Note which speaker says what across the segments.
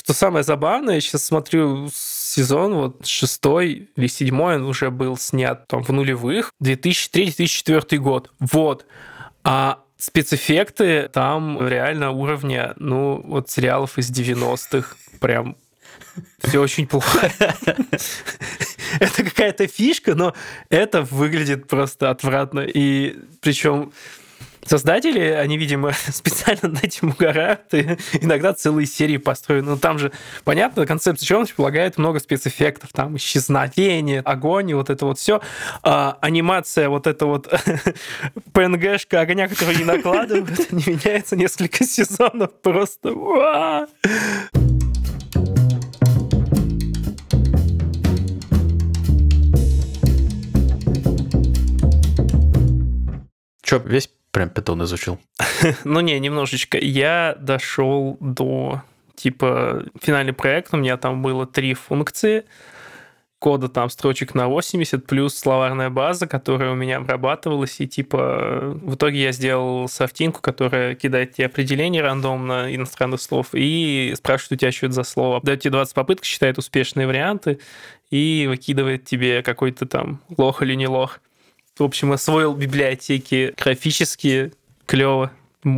Speaker 1: Что самое забавное, я сейчас смотрю сезон, вот 6-й или 7-й, он уже был снят там в нулевых, 2003-2004 год. Вот. А спецэффекты там реально уровня, ну, вот сериалов из 90-х. Прям все очень плохо. Это какая-то фишка, но это выглядит просто отвратно. И причем создатели, они, видимо, специально над этим угорают, и иногда целые серии построены. Но там же, понятно, концепция чего предполагает много спецэффектов, там исчезновение, огонь, и вот это вот все. Анимация, вот это вот ПНГшка огня, которую не накладывают, не меняется несколько сезонов. Просто
Speaker 2: Че, весь прям питон изучил?
Speaker 1: Ну не, немножечко. Я дошел до типа финальный проект, у меня там было 3 функции, кода там строчек на 80, плюс словарная база, которая у меня обрабатывалась, и типа в итоге я сделал софтинку, которая кидает тебе определение рандомно иностранных слов и спрашивает у тебя, что это за слово. Дает тебе 20 попыток, считает успешные варианты и выкидывает тебе какой-то там лох или не лох. В общем, освоил библиотеки графические, клево.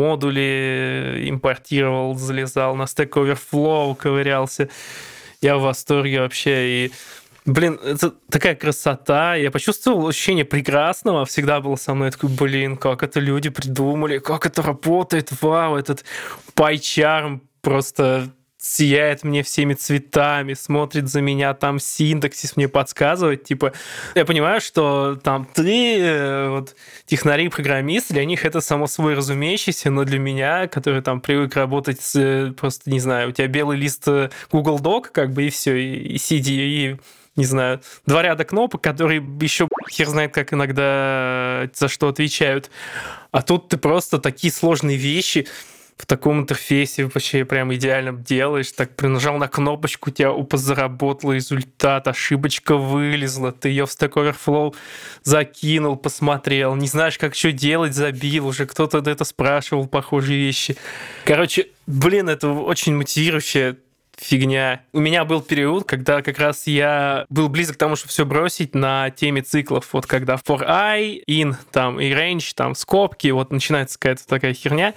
Speaker 1: Модули импортировал, залезал на Stack Overflow, ковырялся. Я в восторге вообще. И, блин, это такая красота. Я почувствовал ощущение прекрасного. Всегда было со мной. Я такой, блин, как это люди придумали, как это работает. Вау, этот PyCharm просто сияет мне всеми цветами, смотрит за меня, там синтаксис мне подсказывает. Типа, я понимаю, что там вот, технари-программисты, для них это само собой разумеющееся, но для меня, который там привык работать с, просто, не знаю, у тебя белый лист Google Doc, как бы, и все, и сиди, и не знаю, 2 ряда кнопок, которые еще хер знает, как иногда за что отвечают. А тут ты просто такие сложные вещи в таком интерфейсе вообще прям идеально делаешь. Так нажал на кнопочку, у тебя заработал результат, ошибочка вылезла, ты ее в Stack Overflow закинул, посмотрел, не знаешь, как что делать, забил, уже кто-то это спрашивал, похожие вещи. Короче, блин, это очень мотивирующая фигня. У меня был период, когда как раз я был близок к тому, чтобы все бросить на теме циклов. Вот когда for I, in, там, и range, там, скобки, вот начинается какая-то такая херня.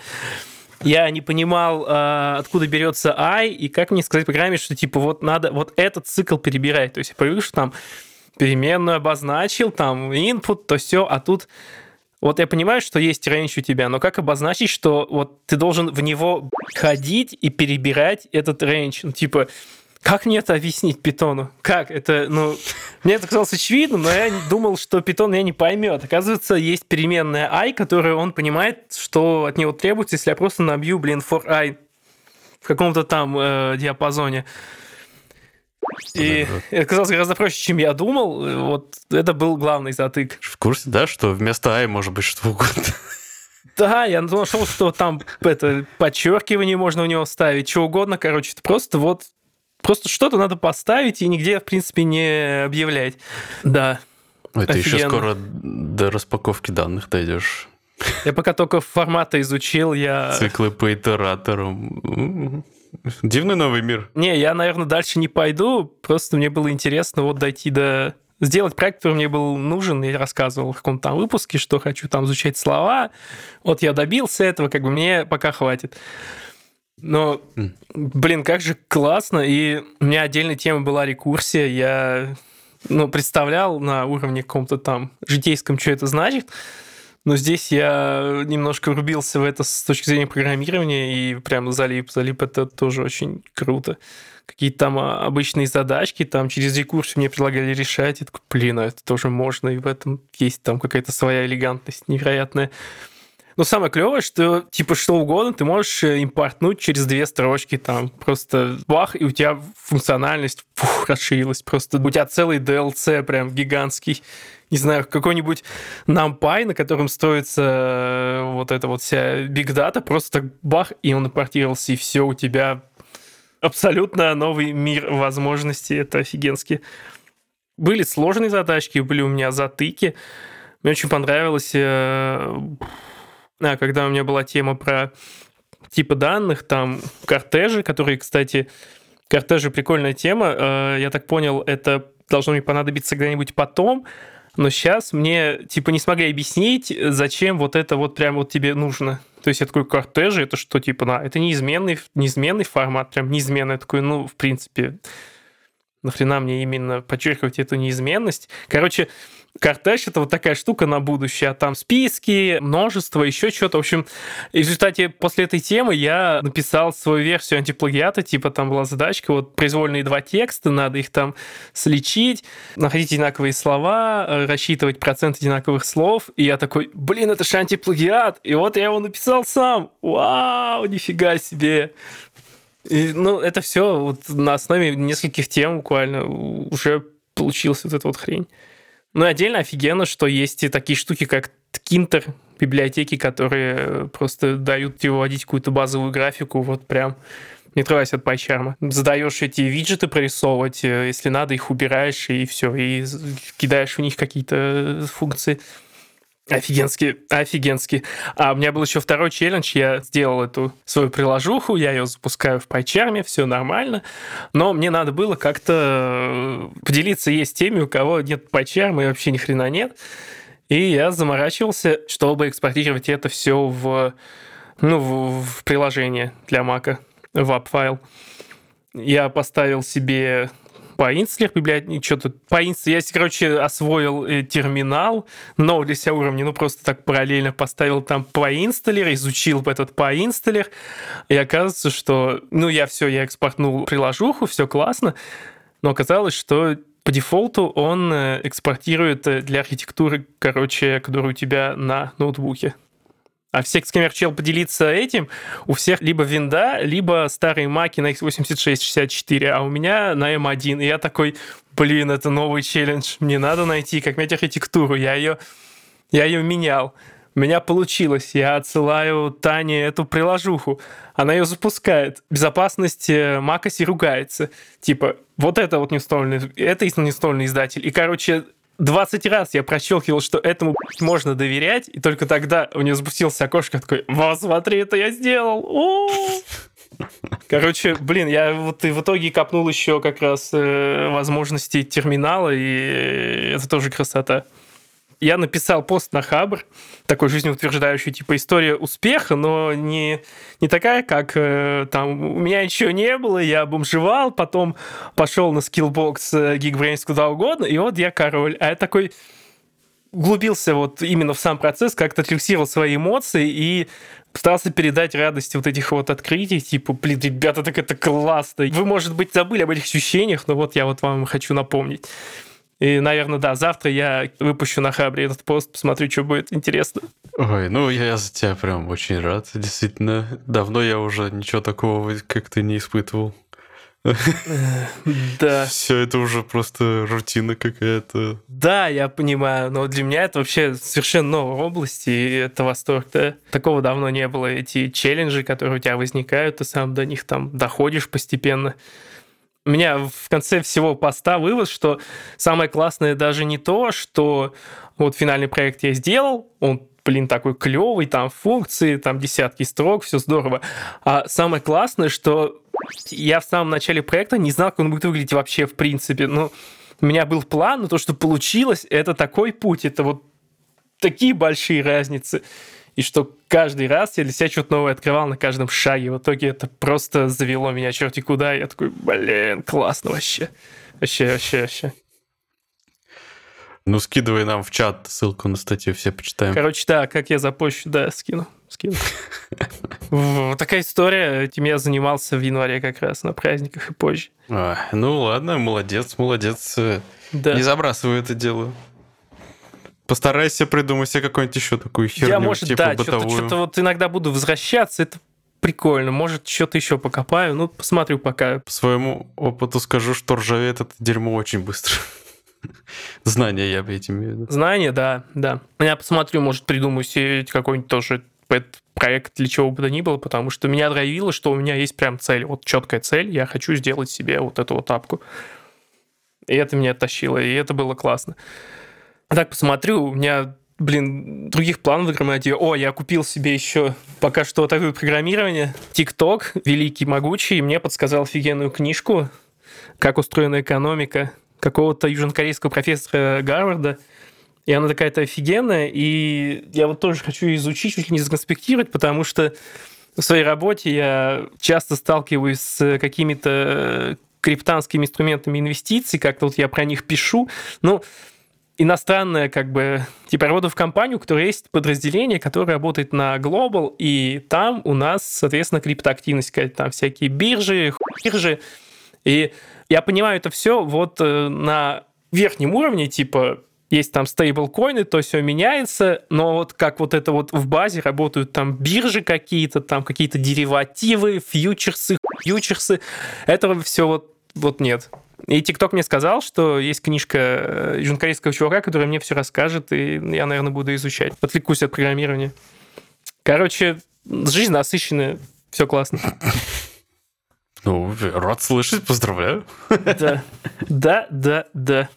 Speaker 1: Я не понимал, откуда берется I, и как мне сказать программе, что типа вот надо вот этот цикл перебирать. То есть я привык, что там переменную обозначил, там input, то все, а тут вот я понимаю, что есть range у тебя, но как обозначить, что вот ты должен в него ходить и перебирать этот range? Ну, типа, как мне это объяснить питону? Как? Это, ну, мне это казалось очевидным, но я думал, что питон меня не поймет. Оказывается, есть переменная I, которую он понимает, что от него требуется, если я просто набью, for I в каком-то там диапазоне. И это оказалось гораздо проще, чем я думал. Вот это был главный затык.
Speaker 2: В курсе, да, что вместо I может быть что угодно?
Speaker 1: Да, я нашел, что там это подчеркивание можно у него ставить, что угодно, короче. Это просто что-то надо поставить и нигде, в принципе, не объявлять. Да.
Speaker 2: Ой, ты еще скоро до распаковки данных дойдешь.
Speaker 1: Я пока только форматы изучил,
Speaker 2: Циклы по итераторам. Дивный новый мир.
Speaker 1: Не, я, наверное, дальше не пойду. Просто мне было интересно вот дойти до... Сделать проект, который мне был нужен. Я рассказывал в каком-то там выпуске, что хочу там изучать слова. Вот я добился этого, как бы мне пока хватит. Но, блин, как же классно. И у меня отдельная тема была рекурсия. Я представлял на уровне каком-то там житейском, что это значит. Но здесь я немножко врубился в это с точки зрения программирования и прям залип. Это тоже очень круто. Какие-то там обычные задачки там через рекурсию мне предлагали решать. Я такой, блин, это тоже можно. И в этом есть там какая-то своя элегантность невероятная. Но самое клевое, что типа что угодно ты можешь импортнуть через 2 строчки, там просто бах, и у тебя функциональность расширилась. Просто у тебя целый DLC прям гигантский. Не знаю, какой-нибудь NumPy, на котором строится вот эта вот вся Big Data, просто так бах, и он импортировался, и все, у тебя абсолютно новый мир возможностей. Это офигенски. Были сложные задачки, были у меня затыки. Мне очень понравилось... когда у меня была тема про типы данных, там кортежи, которые, кстати, Кортежи прикольная тема. Я так понял, это должно мне понадобиться когда-нибудь потом, но сейчас мне, типа, не смогли объяснить, зачем вот это вот прям вот тебе нужно. То есть я такой, кортежи, это что, типа, это неизменный формат, прям неизменный. Я такой, ну, в принципе, нахрена мне именно подчеркивать эту неизменность? Короче, кортеж — это вот такая штука на будущее. А там списки, множество, еще что-то. В общем, в результате после этой темы я написал свою версию антиплагиата. Типа там была задачка, вот произвольные два текста, надо их там сличить, находить одинаковые слова, рассчитывать процент одинаковых слов. И я такой, блин, это же антиплагиат! И вот я его написал сам. Вау, нифига себе! И, ну, это все вот на основе нескольких тем буквально уже получилась вот эта вот хрень. Ну и отдельно офигенно, что есть и такие штуки, как Ткинтер, библиотеки, которые просто дают тебе вводить какую-то базовую графику, вот прям не отрываясь от PyCharm. Задаешь эти виджеты прорисовывать, если надо, их убираешь, и все, и кидаешь в них какие-то функции. Офигенски. А у меня был еще второй челлендж. Я сделал эту свою приложуху, я ее запускаю в PyCharm, все нормально. Но мне надо было как-то поделиться есть теми, у кого нет PyCharm и вообще ни хрена нет. И я заморачивался, чтобы экспортировать это все в приложение для Mac, в app-файл. Я поставил себе PyInstaller библиотеки, что-то PyInstaller. Я, освоил терминал нового для себя уровня, просто так параллельно поставил там PyInstaller, изучил этот PyInstaller, и оказывается, что, я экспортнул приложуху, все классно, но оказалось, что по дефолту он экспортирует для архитектуры, которая у тебя на ноутбуке. А все, с кем я хотел поделиться этим, у всех либо винда, либо старые маки на x86-64, а у меня на M1. И я такой, блин, это новый челлендж, мне надо найти, как менять архитектуру. Я ее менял. У меня получилось. Я отсылаю Тане эту приложуху. Она ее запускает. Безопасность macOS ругается. Типа, вот это вот не установленный, это не установленный издатель. И, 20 раз я прощелкивал, что этому можно доверять, и только тогда у нее запустилось окошко, такой, вот смотри, это я сделал. Я вот и в итоге копнул еще как раз возможности терминала, и это тоже красота. Я написал пост на Хабр, такой жизнеутверждающий, типа история успеха, но не такая, как там у меня ничего не было, я бомжевал, потом пошел на Skillbox, Geekbrains, куда угодно, и вот я король. А я такой углубился вот именно в сам процесс, как-то рефлексировал свои эмоции и пытался передать радость вот этих вот открытий, типа, блин, ребята, так это классно. Вы, может быть, забыли об этих ощущениях, но вот я вот вам хочу напомнить. И, наверное, да, завтра я выпущу на Хабре этот пост, посмотрю, что будет интересно.
Speaker 2: Ой, я за тебя прям очень рад, действительно. Давно я уже ничего такого как-то не испытывал.
Speaker 1: Да.
Speaker 2: Все это уже просто рутина какая-то.
Speaker 1: Да, я понимаю, но для меня это вообще совершенно новая область, и это восторг, да. Такого давно не было. Эти челленджи, которые у тебя возникают, ты сам до них там доходишь постепенно. У меня в конце всего поста вывод, что самое классное даже не то, что вот финальный проект я сделал, он, такой клевый, там функции, там десятки строк, все здорово. А самое классное, что я в самом начале проекта не знал, как он будет выглядеть вообще в принципе. У меня был план, но то, что получилось, это такой путь, это вот такие большие разницы. И что каждый раз я для себя что-то новое открывал на каждом шаге. В итоге это просто завело меня черти куда. И я такой, блин, классно вообще. Вообще.
Speaker 2: Скидывай нам в чат ссылку на статью, все почитаем.
Speaker 1: Да, как я запущу, да, скину. Вот такая история. Этим я занимался в январе как раз на праздниках и позже.
Speaker 2: Ладно, молодец.
Speaker 1: Да.
Speaker 2: Не забрасывай это дело. Постарайся придумать себе какую-нибудь еще такую херню,
Speaker 1: я, может,
Speaker 2: типа
Speaker 1: да,
Speaker 2: бытовую.
Speaker 1: Что-то вот иногда буду возвращаться, это прикольно. Может, что-то еще покопаю. Посмотрю пока.
Speaker 2: По своему опыту скажу, что ржавеет это дерьмо очень быстро. Знания я бы этим имею в виду.
Speaker 1: Знания, да. Я посмотрю, может, придумаю себе какой-нибудь тоже проект для чего бы то ни было, потому что меня драйвило, что у меня есть прям цель, вот четкая цель, я хочу сделать себе вот эту вот апку. И это меня тащило, и это было классно. А так посмотрю, у меня других планов в громаде. Я купил себе еще пока что такое программирование. TikTok, великий, могучий, мне подсказал офигенную книжку «Как устроена экономика» какого-то южнокорейского профессора Гарварда. И она такая-то офигенная. И я вот тоже хочу ее изучить, чуть ли не законспектировать, потому что в своей работе я часто сталкиваюсь с какими-то криптанскими инструментами инвестиций, как-то вот я про них пишу. Иностранная, работаю в компанию, у которой есть подразделение, которое работает на Global, и там у нас, соответственно, криптоактивность какая-то, там всякие биржи. И я понимаю это все вот на верхнем уровне, есть там стейблкоины, то все меняется, но вот как вот это вот в базе работают там биржи какие-то, там какие-то деривативы, фьючерсы, этого все вот нет. И TikTok мне сказал, что есть книжка южнокорейского чувака, который мне все расскажет, и я, наверное, буду изучать. Отвлекусь от программирования. Короче, жизнь насыщенная, все классно.
Speaker 2: Рад слышать, поздравляю.
Speaker 1: Да.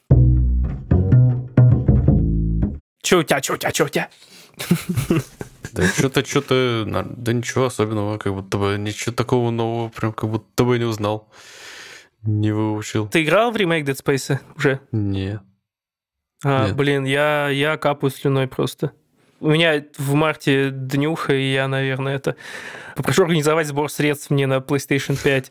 Speaker 1: Че у тебя?
Speaker 2: Да что-то, да ничего особенного, как будто бы ничего такого нового, прям как будто бы не узнал. Не выучил.
Speaker 1: Ты играл в ремейк Dead Space уже?
Speaker 2: Нет.
Speaker 1: Нет. Блин, я капаю слюной просто. У меня в марте днюха, и я, наверное, попрошу организовать сбор средств мне на PlayStation 5.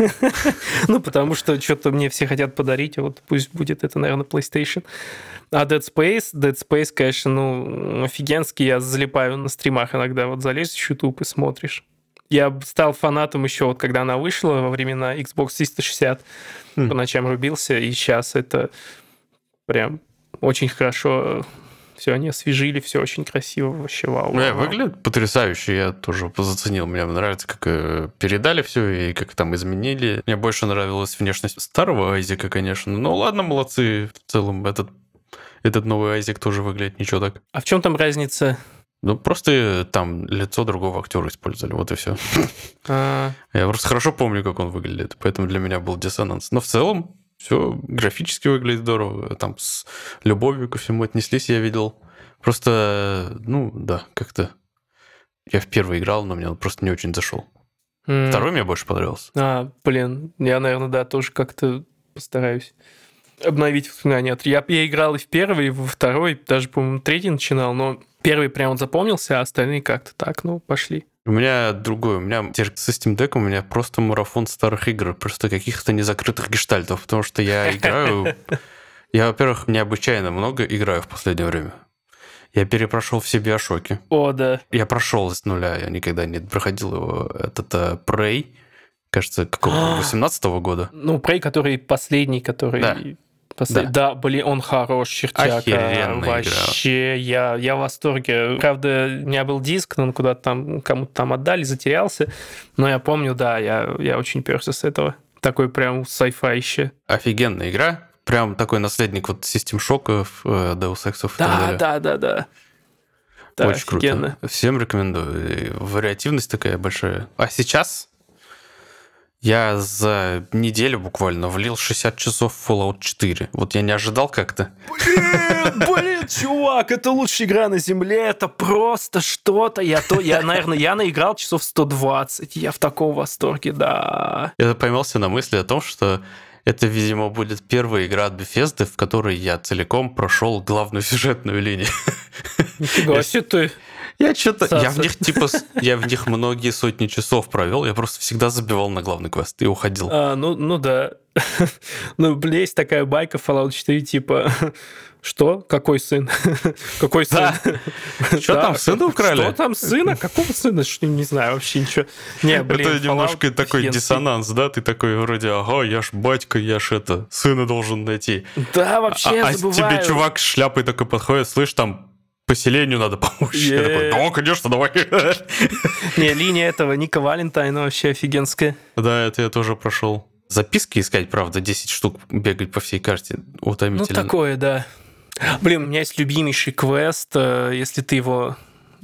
Speaker 1: Потому что что-то мне все хотят подарить, а вот пусть будет это, наверное, PlayStation. А Dead Space, конечно, офигенский. Я залипаю на стримах иногда. Вот залезешь в YouTube и смотришь. Я стал фанатом еще, вот когда она вышла во времена Xbox 360. По ночам рубился, и сейчас это прям очень хорошо. Все они освежили, все очень красиво, вообще вау.
Speaker 2: Выглядит потрясающе, я тоже заценил. Мне нравится, как передали все и как там изменили. Мне больше нравилась внешность старого Айзека, конечно. Ну ладно, молодцы. В целом этот новый Айзек тоже выглядит ничего так.
Speaker 1: А в чем там разница?
Speaker 2: Просто там лицо другого актера использовали, вот и все. Я просто хорошо помню, как он выглядит, поэтому для меня был диссонанс. Но в целом все графически выглядит здорово, там с любовью ко всему отнеслись, я видел. Просто, как-то я в первый играл, но мне он просто не очень зашел. Второй мне больше понравился.
Speaker 1: Я, наверное, тоже как-то постараюсь обновить воспоминания. Я играл и в первый, и во второй, даже, по-моему, третий начинал, но первый прям вот запомнился, а остальные как-то так, пошли.
Speaker 2: У меня другое. У меня теперь со Steam Deck у меня просто марафон старых игр, просто каких-то незакрытых гештальтов, потому что я играю... Я, во-первых, необычайно много играю в последнее время. Я перепрошел все Биошоки.
Speaker 1: О, да.
Speaker 2: Я прошел с нуля, я никогда не проходил его. Это Prey, кажется, какого-то 18-го года.
Speaker 1: Prey, который последний, который...
Speaker 2: Да.
Speaker 1: Да, блин, он хорош, чертяка.
Speaker 2: Охеренная
Speaker 1: вообще,
Speaker 2: игра.
Speaker 1: Я в восторге. Правда, у меня был диск, но он куда-то там, кому-то там отдали, затерялся. Но я помню, да, я очень перся с этого. Такой прям sci-fi еще.
Speaker 2: Офигенная игра. Прям такой наследник вот System Shock, Deus Ex'ов и так далее.
Speaker 1: Да.
Speaker 2: Очень
Speaker 1: офигенно.
Speaker 2: Круто. Всем рекомендую. И вариативность такая большая. А сейчас... Я за неделю буквально влил 60 часов в Fallout 4. Вот я не ожидал как-то.
Speaker 1: Блин, чувак, это лучшая игра на Земле, это просто что-то. Я наиграл часов 120, я в таком восторге, да.
Speaker 2: Я поймался на мысли о том, что это, видимо, будет первая игра от Bethesda, в которой я целиком прошел главную сюжетную линию.
Speaker 1: Нифига себе ты.
Speaker 2: Я в них многие сотни часов провел, я просто всегда забивал на главный квест и уходил.
Speaker 1: Да. Есть такая байка в Fallout 4, что? Какой сын? Какой сын?
Speaker 2: Что там, сына украли?
Speaker 1: Что там, сына? Какого сына? Не знаю, вообще ничего.
Speaker 2: Это немножко такой диссонанс, да? Ты такой вроде, я ж батька, я ж сына должен найти.
Speaker 1: Да, вообще я забываю.
Speaker 2: А тебе чувак с шляпой такой подходит, слышь, там поселению надо помочь. Я такой, да, конечно, давай.
Speaker 1: Линия этого Ника Валентайна вообще офигенская.
Speaker 2: Да, это я тоже прошел. Записки искать, правда, 10 штук бегать по всей карте. Утомительно.
Speaker 1: Такое, да. Блин, у меня есть любимейший квест, если ты его...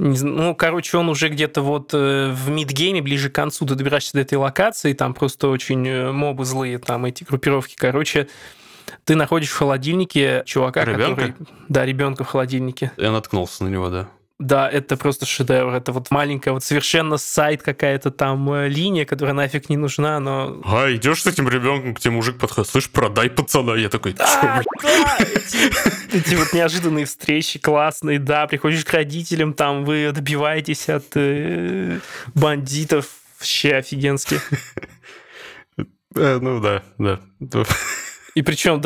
Speaker 1: он уже где-то вот в мидгейме, ближе к концу, ты добираешься до этой локации, там просто очень мобы злые, там эти группировки, Ты находишь в холодильнике чувака,
Speaker 2: Ребенка?
Speaker 1: который... Да, ребенка в холодильнике.
Speaker 2: Я наткнулся на него, да.
Speaker 1: Да, это просто шедевр. Это вот маленькая, вот совершенно сайт какая-то там линия, которая нафиг не нужна, но...
Speaker 2: А, идешь с этим ребенком, к тебе мужик подходит, слышь, продай пацана. Я такой,
Speaker 1: Да, эти вот неожиданные встречи классные, да, приходишь к родителям, там вы добиваетесь от бандитов, вообще офигенски.
Speaker 2: Ну да.
Speaker 1: И причем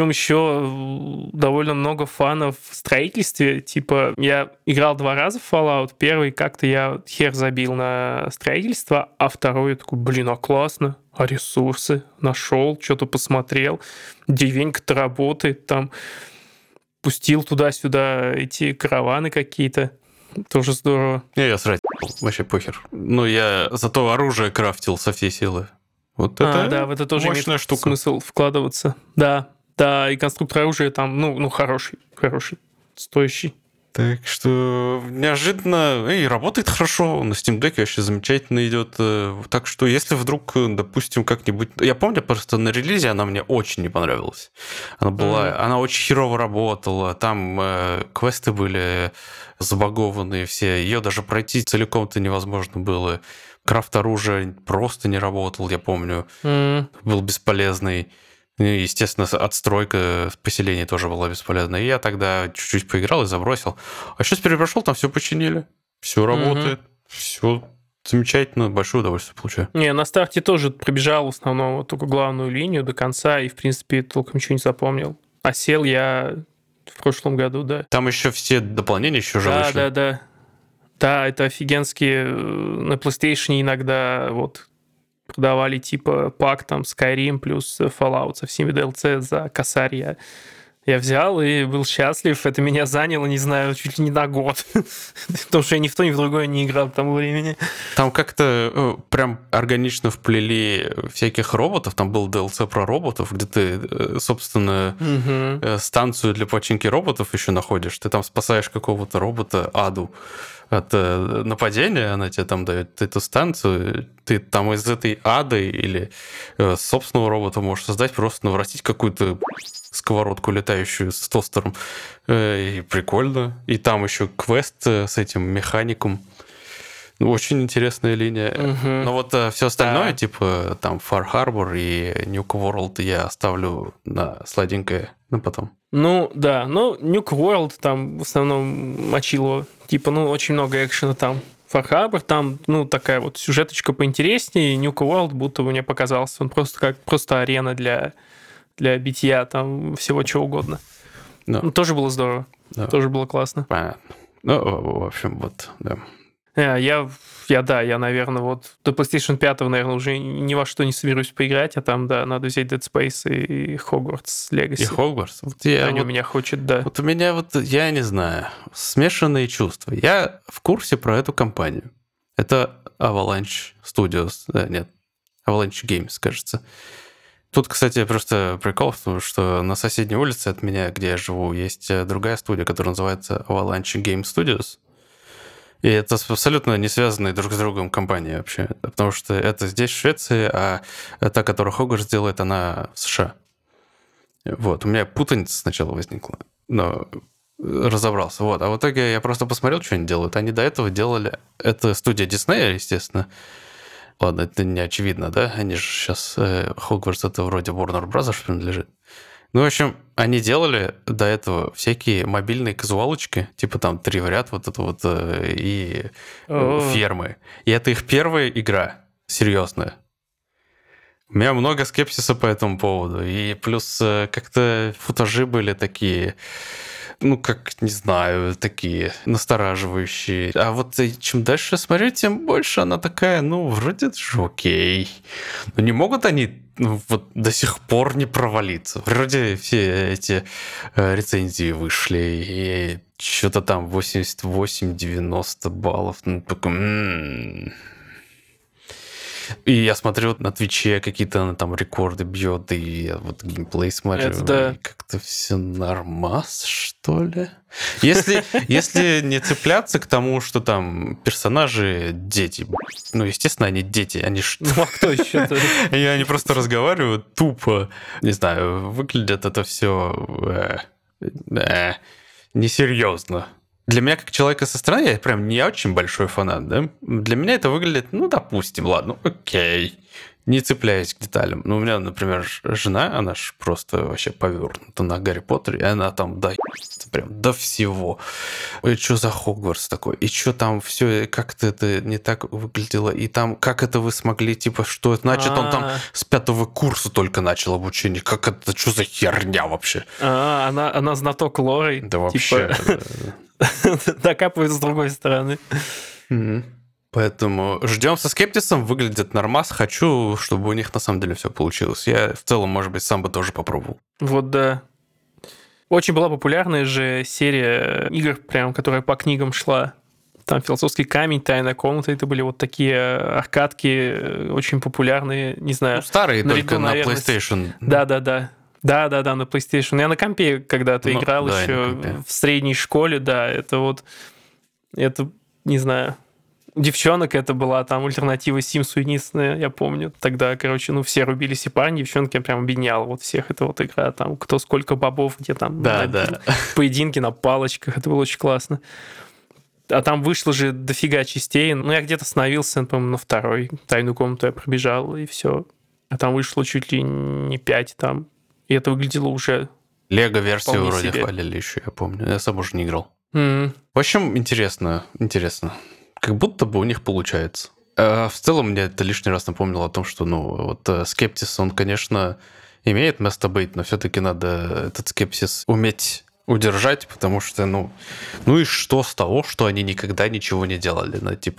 Speaker 1: еще довольно много фанов в строительстве. Типа, я играл 2 раза в Fallout. Первый как-то я хер забил на строительство, а второй я такой, а классно, а ресурсы нашел, что-то посмотрел, деревенька-то работает, там пустил туда-сюда эти караваны какие-то. Тоже здорово.
Speaker 2: Я срать вообще похер. Ну, я зато оружие крафтил со всей силы. Вот это
Speaker 1: да, в это тоже
Speaker 2: мощная
Speaker 1: имеет
Speaker 2: штука.
Speaker 1: Смысл вкладываться. Да, и конструктор оружия там, хороший, стоящий.
Speaker 2: Так что неожиданно и работает хорошо. На Steam Deck вообще замечательно идет. Так что если вдруг, допустим, как-нибудь... Я помню, просто на релизе она мне очень не понравилась. Она очень херово работала. Там квесты были забагованные все. Ее даже пройти целиком-то невозможно было. Крафт оружия просто не работал, я помню. Был бесполезный. И, естественно, отстройка поселений тоже была бесполезна. И я тогда чуть-чуть поиграл и забросил. А сейчас перепрошел, там все починили. Все работает. Все замечательно. Большое удовольствие получаю.
Speaker 1: На старте тоже пробежал в основном вот только главную линию до конца. И, в принципе, толком ничего не запомнил. А сел я в прошлом году, да.
Speaker 2: Там еще все дополнения еще же вышли.
Speaker 1: Да. Да, это офигенские. На PlayStation иногда вот продавали типа пак там Skyrim плюс Fallout со всеми DLC за косарь. Я взял и был счастлив. Это меня заняло, не знаю, чуть ли не на год. Потому что я ни в то, ни в другое не играл к тому времени.
Speaker 2: Там как-то прям органично вплели всяких роботов. Там был DLC про роботов, где ты, собственно, станцию для починки роботов еще находишь. Ты там спасаешь какого-то робота, Аду, от нападения, она тебе там дает эту станцию, ты там из этой ады или собственного робота можешь создать, просто навратить какую-то сковородку, летающую с тостером. И прикольно. И там еще квест с этим механиком. Очень интересная линия. Но вот все остальное, типа там Far Harbor и Nuke World я оставлю на сладенькое на потом.
Speaker 1: Nuke World там в основном мочило. Типа, очень много экшена там. Far Harbor там, такая вот сюжеточка поинтереснее. Nuke World будто бы мне показался. Он просто арена для битья там всего чего угодно. Тоже было здорово. Тоже было классно.
Speaker 2: Понятно. В общем, вот, да.
Speaker 1: Я, наверное, вот до PlayStation 5, наверное, уже ни во что не соберусь поиграть, а там, надо взять Dead Space и Hogwarts Legacy.
Speaker 2: И Hogwarts?
Speaker 1: Они у меня хочет, да.
Speaker 2: Вот у меня я не знаю, смешанные чувства. Я в курсе про эту компанию. Это Avalanche Studios. Нет, Avalanche Games, кажется. Тут, кстати, просто прикол в том, что на соседней улице от меня, где я живу, есть другая студия, которая называется Avalanche Game Studios. И это абсолютно не связанные друг с другом компании вообще. Потому что это здесь, в Швеции, а та, которую Hogwarts делает, она в США. Вот. У меня путаница сначала возникла, но разобрался. Вот. А в итоге я просто посмотрел, что они делают. Они до этого делали... Это студия Disney, естественно. Ладно, это не очевидно, да? Они же сейчас... Hogwarts это вроде Warner Bros. Принадлежит. В общем, они делали до этого всякие мобильные казуалочки, типа там 3 в ряд, вот это вот, и фермы. И это их первая игра, серьезная. У меня много скепсиса по этому поводу. И плюс как-то футажи были такие... не знаю, такие настораживающие. А вот чем дальше я смотрю, тем больше она такая, вроде же окей. Но не могут они до сих пор не провалиться. Вроде все эти рецензии вышли, и что-то там 88-90 баллов. И я смотрю на Твиче, какие-то там рекорды бьет, и я вот геймплей смотрю,
Speaker 1: да.
Speaker 2: и как-то все нормас, что ли? Если не цепляться к тому, что там персонажи дети, ну, естественно, они дети, они
Speaker 1: Ну, а кто еще-то?
Speaker 2: И они просто разговаривают тупо, не знаю, выглядят это все несерьезно. Для меня, как человека со стороны, я прям не очень большой фанат, да? Для меня это выглядит, ну, допустим, ладно, окей. Не цепляясь к деталям. Ну, у меня, например, жена, она ж просто вообще повернута на Гарри Поттере, и она там прям до всего. И что за Хогвартс такой? И что там все как-то это не так выглядело? И там, как это вы смогли, типа, что значит, он там с 5-го курса только начал обучение? Как это, что за херня вообще?
Speaker 1: Она знаток лоры.
Speaker 2: Да вообще.
Speaker 1: Докапывается с другой стороны.
Speaker 2: Поэтому ждем со скептисом, выглядит нормас. Хочу, чтобы у них на самом деле все получилось. Я в целом, может быть, сам бы тоже попробовал.
Speaker 1: Вот да. Очень была популярная же серия игр, прям, которая по книгам шла. Там «Философский камень», «Тайная комната». Это были вот такие аркадки очень популярные, не знаю.
Speaker 2: Ну, старые только на PlayStation.
Speaker 1: Да-да-да. Да, на PlayStation. Я на компе когда-то играл еще в средней школе, да. Это, не знаю... Девчонок это была там альтернатива Симсу единственная, я помню. Тогда, короче, все рубились и парни, девчонки, я прям объединял вот всех. Это вот игра, там, кто сколько бобов, где там поединки на палочках. Это было очень классно. А там вышло же дофига частей. Ну, я где-то остановился, по-моему, на 2-й. Тайную комнату я пробежал, и все. А там вышло чуть ли не 5 там. И это выглядело уже...
Speaker 2: Лего-версию вроде хвалили еще, я помню. Я сам уже не играл. В общем, интересно. Как будто бы у них получается. В целом, мне это лишний раз напомнило о том, что, скептис, он, конечно, имеет место быть, но все-таки надо этот скепсис уметь удержать, потому что, и что с того, что они никогда ничего не делали?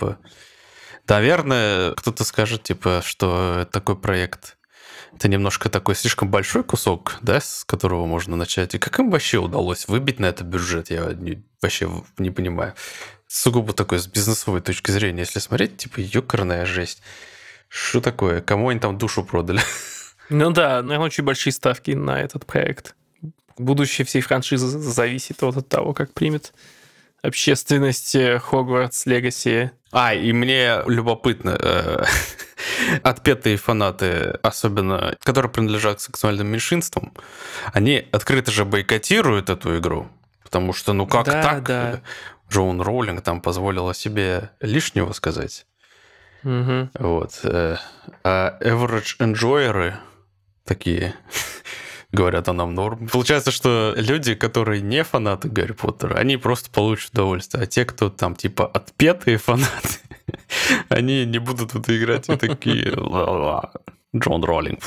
Speaker 2: Наверное, кто-то скажет, что такой проект это немножко такой слишком большой кусок, да, с которого можно начать. И как им вообще удалось выбить на это бюджет, я вообще не понимаю. Сугубо такой с бизнесовой точки зрения, если смотреть, ёкарная жесть. Что такое? Кому они там душу продали?
Speaker 1: Ну да, наверное, очень большие ставки на этот проект. Будущее всей франшизы зависит от того, как примет общественность Хогвартс Легаси.
Speaker 2: И мне любопытно, отпетые фанаты, особенно, которые принадлежат к сексуальным меньшинствам, они открыто же бойкотируют эту игру, потому что, как так? Да. Джоан Роулинг там позволила себе лишнего сказать.
Speaker 1: Угу.
Speaker 2: Вот. А average enjoyеры такие говорят, нам норм. Получается, что люди, которые не фанаты Гарри Поттера, они просто получат удовольствие. А те, кто там отпетые фанаты, они не будут в это играть и такие... Джоан Роулинг.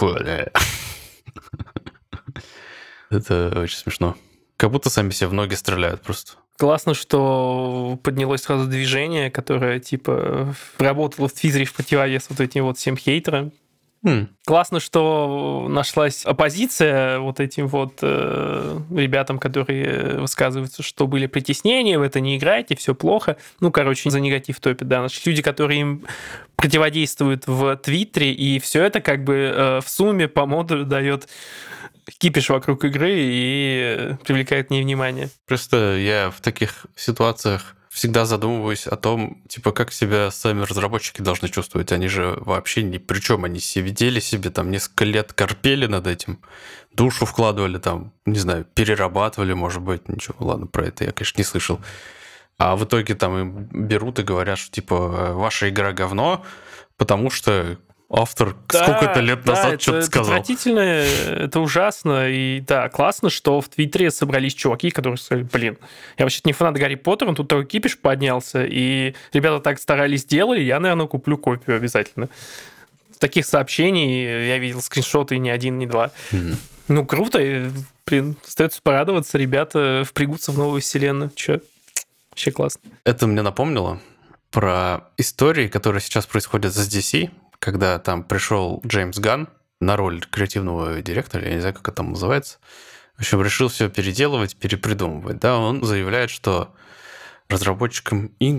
Speaker 2: Это очень смешно. Как будто сами себе в ноги стреляют просто.
Speaker 1: Классно, что поднялось сразу движение, которое, работало в Твиттере в противовес этим всем хейтерам. Классно, что нашлась оппозиция этим ребятам, которые высказываются, что были притеснения, в это не играйте, все плохо. За негатив топят, да. Значит, люди, которые им противодействуют в Твиттере, и все это в сумме по модулю дает кипиш вокруг игры и привлекает внимание.
Speaker 2: Просто я в таких ситуациях всегда задумываюсь о том, как себя сами разработчики должны чувствовать. Они же вообще ни при чем. Они сидели себе несколько лет, корпели над этим, душу вкладывали не знаю, перерабатывали, может быть, ничего. Ладно, про это я, конечно, не слышал. А в итоге им берут и говорят, что ваша игра говно, потому что автор сколько-то лет назад что-то сказал.
Speaker 1: Это отвратительно, это ужасно. И да, классно, что в Твиттере собрались чуваки, которые сказали, я вообще-то не фанат Гарри Поттера, тут такой кипиш поднялся, и ребята так старались, делали, я, наверное, куплю копию обязательно. Таких сообщений я видел скриншоты ни один, ни два. Круто, остается порадоваться, ребята впрягутся в новую вселенную. Вообще классно.
Speaker 2: Это мне напомнило про истории, которые сейчас происходят с DC, когда там пришел Джеймс Ганн на роль креативного директора, я не знаю, как это там называется, в общем, решил все переделывать, перепридумывать. Да, он заявляет, что разработчикам игр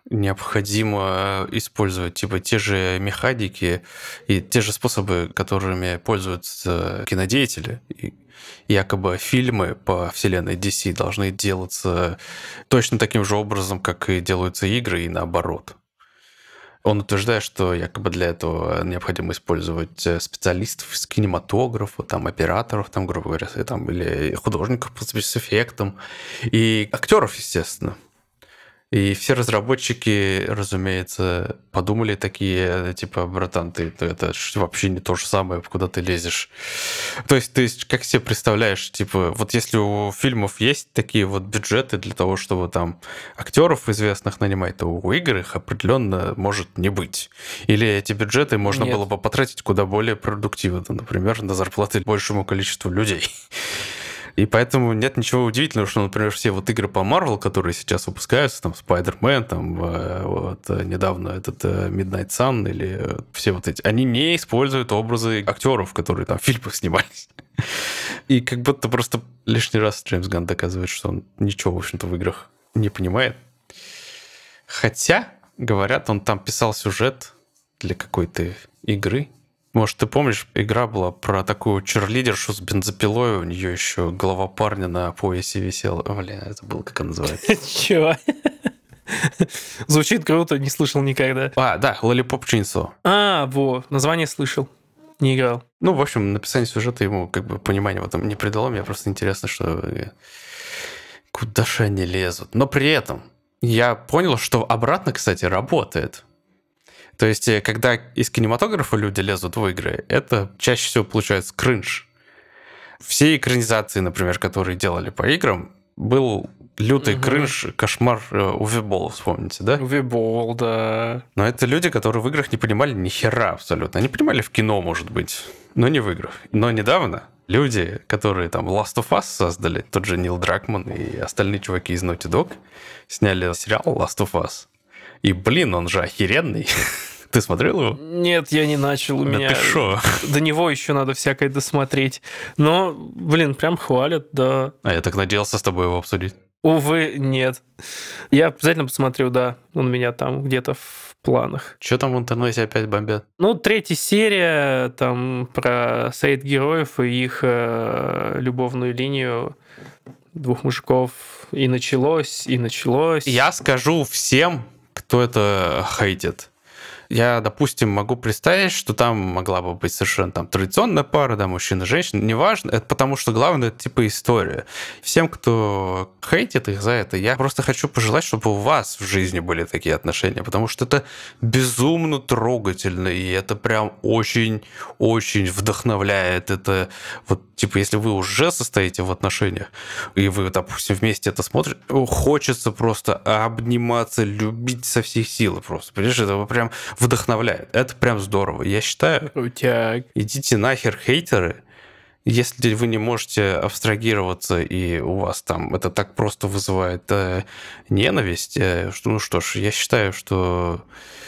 Speaker 2: необходимо использовать типа те же механики и те же способы, которыми пользуются кинодеятели. И якобы фильмы по вселенной DC должны делаться точно таким же образом, как и делаются игры, и наоборот. Он утверждает, что якобы для этого необходимо использовать специалистов из кинематографа, там, операторов, там, грубо говоря, там, или художников по спецэффектам, и актеров, естественно. И все разработчики, разумеется, подумали такие, типа, братан, это вообще не то же самое, куда ты лезешь. То есть ты как себе представляешь, типа, вот если у фильмов есть такие вот бюджеты для того, чтобы там актеров известных нанимать, то у игр их определенно может не быть. Или эти бюджеты можно было бы потратить куда более продуктивно, например, на зарплаты большему количеству людей. И поэтому нет ничего удивительного, что, например, все вот игры по Marvel, которые сейчас выпускаются, там, Spider-Man, там, вот, недавно этот Midnight Sun или все вот эти, они не используют образы актеров, которые там в фильмах снимались. И как будто просто лишний раз Джеймс Ганн доказывает, что он ничего, в общем-то, в играх не понимает. Хотя, говорят, он там писал сюжет для какой-то игры. Может, ты помнишь, игра была про такую черлидершу с бензопилой, у нее еще голова парня на поясе висела. Блин, это было, как она называется?
Speaker 1: Чего? Звучит круто, не слышал никогда.
Speaker 2: Да, Lollipop Chainsaw.
Speaker 1: Название слышал, не играл.
Speaker 2: Ну, в общем, написание сюжета ему как бы понимания в этом не придало. Мне просто интересно, что куда же они лезут. Но при этом я понял, что обратно, кстати, работает. То есть, когда из кинематографа люди лезут в игры, это чаще всего получается кринж. Все экранизации, например, которые делали по играм, был лютый кринж, кошмар Уве Болла, вспомните, да?
Speaker 1: Уве Болл, да.
Speaker 2: Но это люди, которые в играх не понимали ни хера абсолютно. Они понимали в кино, может быть, но не в играх. Но недавно люди, которые там Last of Us создали, тот же Нил Дракман и остальные чуваки из Naughty Dog, сняли сериал Last of Us. И, блин, он же охеренный. Ты смотрел его?
Speaker 1: Нет, я не начал. У меня
Speaker 2: ты шо?
Speaker 1: До него еще надо всякое досмотреть. Но, блин, прям хвалят, да.
Speaker 2: А я так надеялся с тобой его обсудить.
Speaker 1: Увы, нет. Я обязательно посмотрю, да. Он у меня там где-то в планах.
Speaker 2: Что там в интернете опять бомбят?
Speaker 1: Ну, 3-я серия там про сайд-героев и их любовную линию двух мужиков. И началось.
Speaker 2: Я скажу всем, кто это хейтит. Я, допустим, могу представить, что там могла бы быть совершенно там традиционная пара, да, мужчина и женщина, неважно, это потому что главное, это типа история. Всем, кто хейтит их за это, я просто хочу пожелать, чтобы у вас в жизни были такие отношения, потому что это безумно трогательно, и это прям очень-очень вдохновляет. Это вот, типа, если вы уже состоите в отношениях, и вы, допустим, вместе это смотрите, хочется просто обниматься, любить со всех сил просто, понимаешь, это прям вдохновляет. Это прям здорово. Я считаю,
Speaker 1: Крутяк.
Speaker 2: Идите нахер, хейтеры. Если вы не можете абстрагироваться, и у вас там это так просто вызывает ненависть, ну что ж, я считаю, что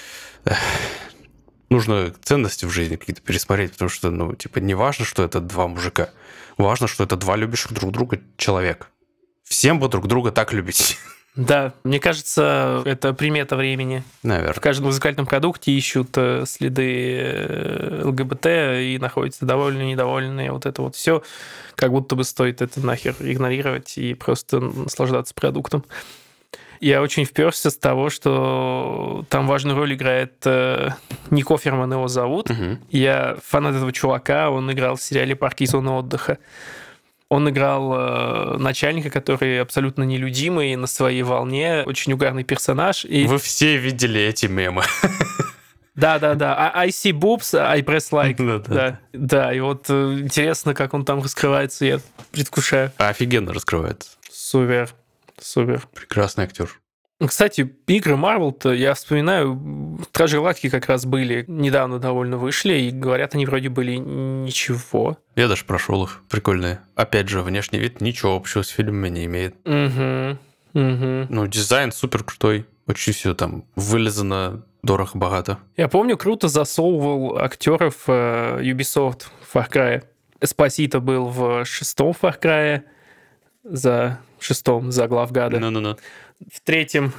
Speaker 2: нужно ценности в жизни какие-то пересмотреть, потому что, ну, типа, не важно, что это два мужика. Важно, что это два любящих друг друга человека. Всем бы друг друга так любить.
Speaker 1: Да, мне кажется, это примета времени.
Speaker 2: Наверное.
Speaker 1: В каждом музыкальном продукте ищут следы ЛГБТ и находятся довольные, недовольные. Вот это вот все, как будто бы стоит это нахер игнорировать и просто наслаждаться продуктом. Я очень вперся с того, что там важную роль играет Ник Офферман, его зовут.
Speaker 2: Угу.
Speaker 1: Я фанат этого чувака, он играл в сериале «Парки и зоны отдыха». Он играл начальника, который абсолютно нелюдимый, на своей волне, очень угарный персонаж. И...
Speaker 2: Вы все видели эти мемы.
Speaker 1: Да. I see boobs, I press like. Да, и вот интересно, как он там раскрывается, я предвкушаю.
Speaker 2: Офигенно раскрывается.
Speaker 1: Супер.
Speaker 2: Прекрасный актер.
Speaker 1: Кстати, игры Marvel-то, я вспоминаю, Стражи Галактики как раз были, недавно довольно вышли, и говорят, они вроде были ничего.
Speaker 2: Я даже прошел их, прикольные. Опять же, внешний вид ничего общего с фильмами не имеет.
Speaker 1: Угу.
Speaker 2: Ну, дизайн супер крутой, очень все там вылезано, дорого, богато.
Speaker 1: Я помню, круто засовывал актеров Ubisoft в Far Cry. Эспосито был в 6-м Far Cry, за главгада.
Speaker 2: Ну.
Speaker 1: В 3-м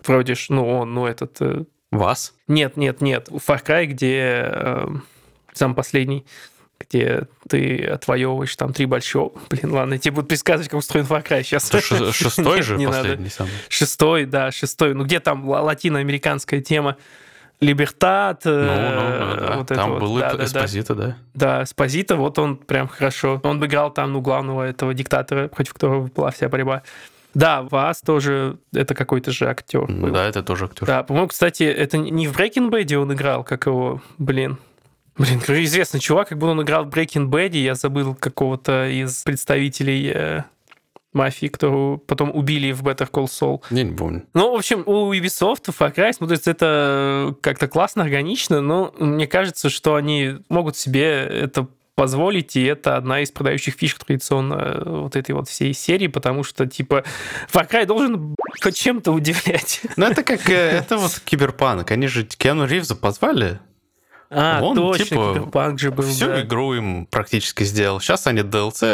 Speaker 1: вроде ж, этот...
Speaker 2: Вас?
Speaker 1: Нет. Far Cry, где сам последний, где ты отвоевываешь там 3 большого. Блин, ладно, я тебе буду предсказывать, как устроен Far Cry сейчас.
Speaker 2: Это шестой же последний самый?
Speaker 1: Шестой. Ну, где там латиноамериканская тема? Либертат.
Speaker 2: Да. Там был Эспозито, да?
Speaker 1: Да, Эспозито, вот он прям хорошо. Он играл там, главного этого диктатора, против которого была вся борьба. Да, Вас тоже, это какой-то же актер был.
Speaker 2: Да, это тоже актер.
Speaker 1: Да, по-моему, кстати, это не в Breaking Bad он играл, как его, какой известный чувак, как будто он играл в Breaking Bad, я забыл какого-то из представителей мафии, которую потом убили в Better Call Saul.
Speaker 2: Я не помню.
Speaker 1: Ну, в общем, у Ubisoft, Far Cry смотрится это как-то классно, органично, но мне кажется, что они могут себе это позволить, и это одна из продающих фишек традиционно вот этой вот всей серии, потому что, типа, Far Cry должен хоть чем-то удивлять.
Speaker 2: Ну, это как, это вот Киберпанк. Они же Киану Ривза позвали.
Speaker 1: Точно, Киберпанк же был,
Speaker 2: всю игру им практически сделал. Сейчас они в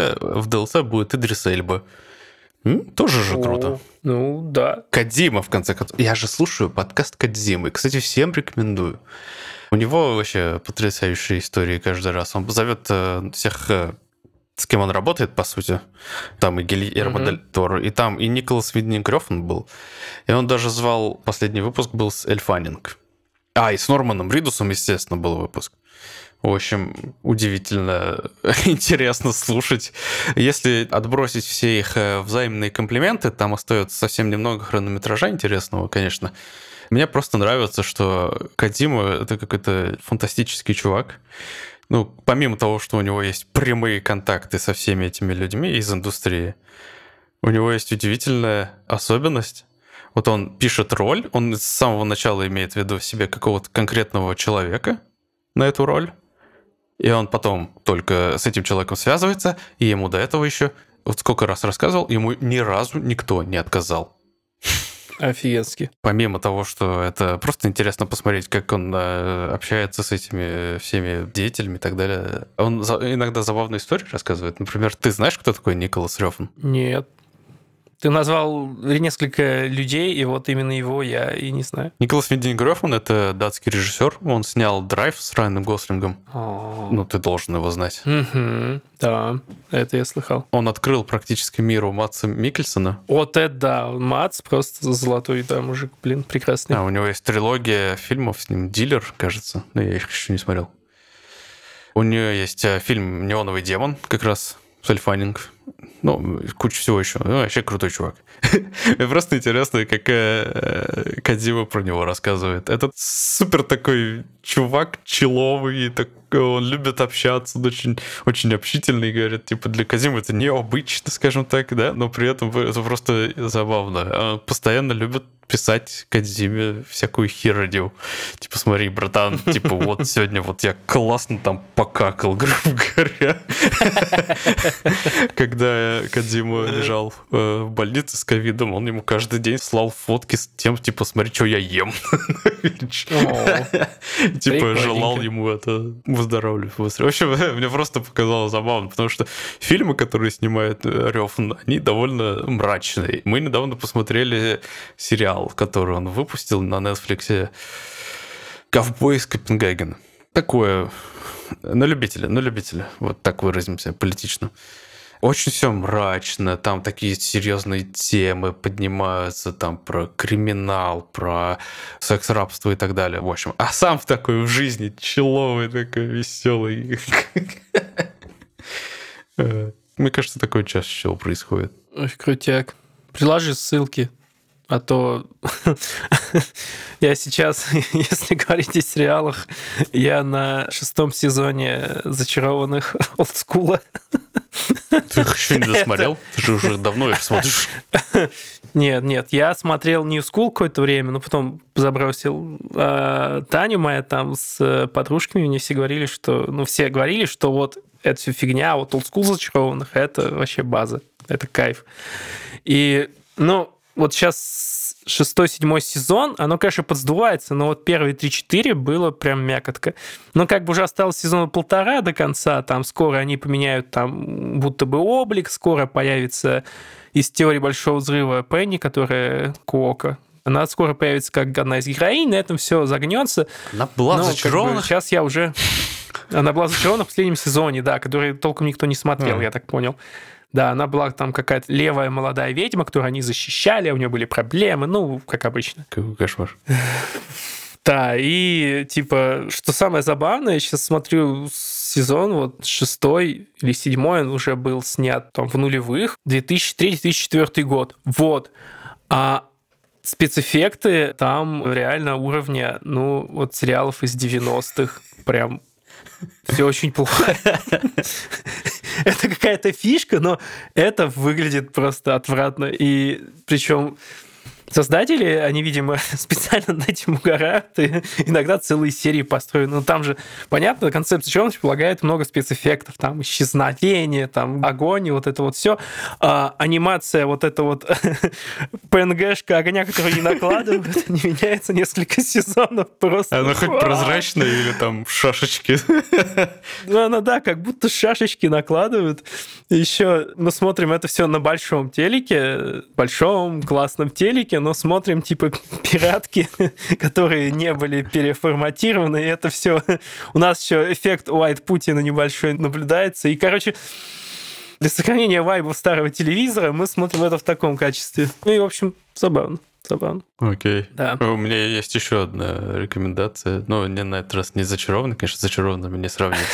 Speaker 2: DLC будет Идрис Эльба. Тоже же круто.
Speaker 1: Ну, да.
Speaker 2: Кодзима, в конце концов. Я же слушаю подкаст Кодзимы. Кстати, всем рекомендую. У него вообще потрясающие истории каждый раз. Он зовет всех, с кем он работает, по сути. Там и Гильермо Дель Торо, и там и Николас Виндинг Рёфн был. И он даже звал... Последний выпуск был с Эль Фаннинг. И с Норманом Ридусом, естественно, был выпуск. В общем, удивительно интересно слушать. Если отбросить все их взаимные комплименты, там остается совсем немного хронометража интересного, конечно. Мне просто нравится, что Кодзима — это какой-то фантастический чувак. Ну, помимо того, что у него есть прямые контакты со всеми этими людьми из индустрии, у него есть удивительная особенность. Вот он пишет роль, он с самого начала имеет в виду в себе какого-то конкретного человека на эту роль, и он потом только с этим человеком связывается, и ему до этого еще, вот сколько раз рассказывал, ему ни разу никто не отказал.
Speaker 1: Офигенски.
Speaker 2: Помимо того, что это просто интересно посмотреть, как он общается с этими всеми деятелями и так далее. Он иногда забавные истории рассказывает. Например, ты знаешь, кто такой Николас Рёфн?
Speaker 1: Нет. Ты назвал несколько людей, и вот именно его я и не знаю.
Speaker 2: Николас Виндинг Рёфн — это датский режиссер. Он снял «Драйв» с Райаном Гослингом. Ну, ты должен его знать.
Speaker 1: Да, это я слыхал.
Speaker 2: Он открыл практически миру Мадса Миккельсона.
Speaker 1: Вот это да, Мадс просто золотой, да, мужик, прекрасный.
Speaker 2: У него есть трилогия фильмов с ним, «Дилер», кажется. Но я их еще не смотрел. У нее есть фильм «Неоновый демон», как раз с Эль Фаннинг. Ну, куча всего еще. Ну, вообще крутой чувак. Мне просто интересно, как Кодзима про него рассказывает. Этот супер такой чувак, человый, он любит общаться, он очень, очень общительный, говорит, типа, для Кодзимы это необычно, скажем так, да, но при этом это просто забавно. Он постоянно любит писать Кодзиме всякую херню. Типа, смотри, братан, типа, вот сегодня вот я классно там покакал, грубо говоря. Когда Кодзима лежал в больнице с ковидом, он ему каждый день слал фотки с тем, типа, смотри, что я ем. Типа, желал ему это выздоравливать быстро. В общем, мне просто показалось забавно, потому что фильмы, которые снимает Рёфн, они довольно мрачные. Мы недавно посмотрели сериал, который он выпустил на Netflix, «Ковбой из Копенгагена». Такое на любителя, вот так выразимся политично. Очень все мрачно, там такие серьезные темы поднимаются, там про криминал, про секс-рабство и так далее. В общем, а сам такой в жизни человый, такой веселый. Мне кажется, такое чаще всего происходит.
Speaker 1: Ой, крутяк. Приложи ссылки. А то я сейчас, если говорить о сериалах, я на 6-м сезоне «Зачарованных» олдскула.
Speaker 2: Ты их еще не досмотрел? Ты же уже давно их смотришь.
Speaker 1: Нет, я смотрел New School какое-то время, но потом забросил. Таня моя там с подружками, мне все говорили, что вот это все фигня, вот олдскул «Зачарованных» — это вообще база, это кайф. И, вот сейчас 6-7 сезон, оно, конечно, подсдувается, но вот первые 3-4 было прям мякотка. Но как бы уже осталось сезона 1,5 до конца, там скоро они поменяют там будто бы облик, скоро появится из «Теории большого взрыва» Пенни, которая Куока, Она скоро появится как одна из героинь, на этом все загнется.
Speaker 2: Она была зачарована?
Speaker 1: Сейчас я уже... Она была зачарована в последнем сезоне, да, который толком никто не смотрел, я так понял. Да, она была там какая-то левая молодая ведьма, которую они защищали, у нее были проблемы, ну, как обычно.
Speaker 2: Какой кошмар.
Speaker 1: Да, и типа, что самое забавное, я сейчас смотрю сезон, вот 6 или 7 он уже был снят там в нулевых, 2003-2004 год. Вот. А спецэффекты там реально уровня, ну, вот сериалов из 90-х. Прям все очень плохо. Это какая-то фишка, но это выглядит просто отвратно. И причем создатели, они, видимо, специально над этим угорают, и иногда целые серии построены. Но там же, понятно, концепция черности предполагает много спецэффектов, там исчезновение, там огонь, и вот это вот все. А анимация, вот это вот ПНГшка огня, которую не накладывают, не меняется несколько сезонов просто.
Speaker 2: Она хоть прозрачная или там шашечки?
Speaker 1: Ну, она, да, как будто шашечки накладывают. Еще мы смотрим это все на большом телеке, большом классном телеке, но смотрим типа пиратки, которые не были переформатированы, и это все. У нас еще эффект White Путина небольшой наблюдается. И, короче, для сохранения вайбов старого телевизора мы смотрим это в таком качестве. Ну и, в общем, забавно.
Speaker 2: Окей.
Speaker 1: Да.
Speaker 2: У меня есть еще одна рекомендация. Но не на этот раз не зачарованный, конечно, с зачарованными не сравнить.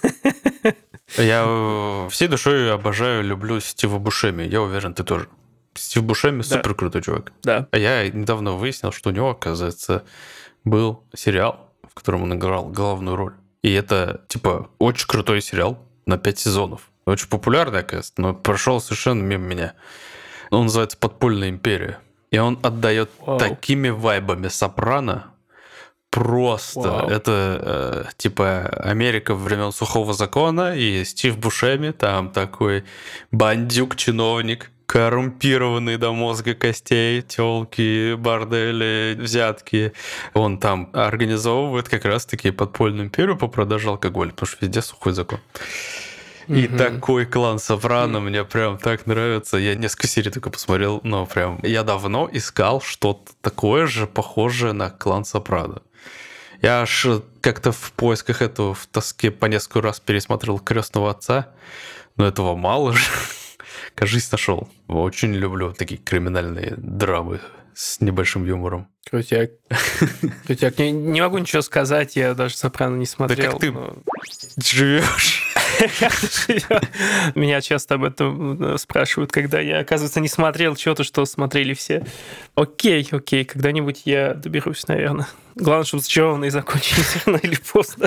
Speaker 2: Я всей душой обожаю, люблю Стива Бушеми. Я уверен, ты тоже. Стив Бушеми супер крутой чувак.
Speaker 1: Да.
Speaker 2: А я недавно выяснил, что у него, оказывается, был сериал, в котором он играл главную роль. И это, типа, очень крутой сериал на 5 сезонов. Очень популярный, оказывается, но прошел совершенно мимо меня. Он называется «Подпольная империя». И он отдает такими вайбами Сопрано. Просто. Это типа Америка времен сухого закона, и Стив Бушеми, там такой бандюк-чиновник, коррумпированный до мозга костей, тёлки, бордели, взятки. Он там организовывает как раз-таки подпольную империю по продаже алкоголя, потому что везде сухой закон. И такой клан Сопрано мне прям так нравится. Я несколько серий только посмотрел, но прям я давно искал что-то такое же, похожее на клан Сопрано. Я аж как-то в поисках этого, в тоске по несколько раз пересмотрел «Крестного отца», но этого мало же. Кажись, нашел. Очень люблю такие криминальные драмы с небольшим юмором.
Speaker 1: Крутяк. Не могу ничего сказать, я даже «Сопрано» не смотрел.
Speaker 2: Да как ты живешь?
Speaker 1: Меня часто об этом спрашивают, когда я, оказывается, не смотрел что-то, что смотрели все. Окей, когда-нибудь я доберусь, наверное. Главное, чтобы «Зачарованные» закончились рано или поздно.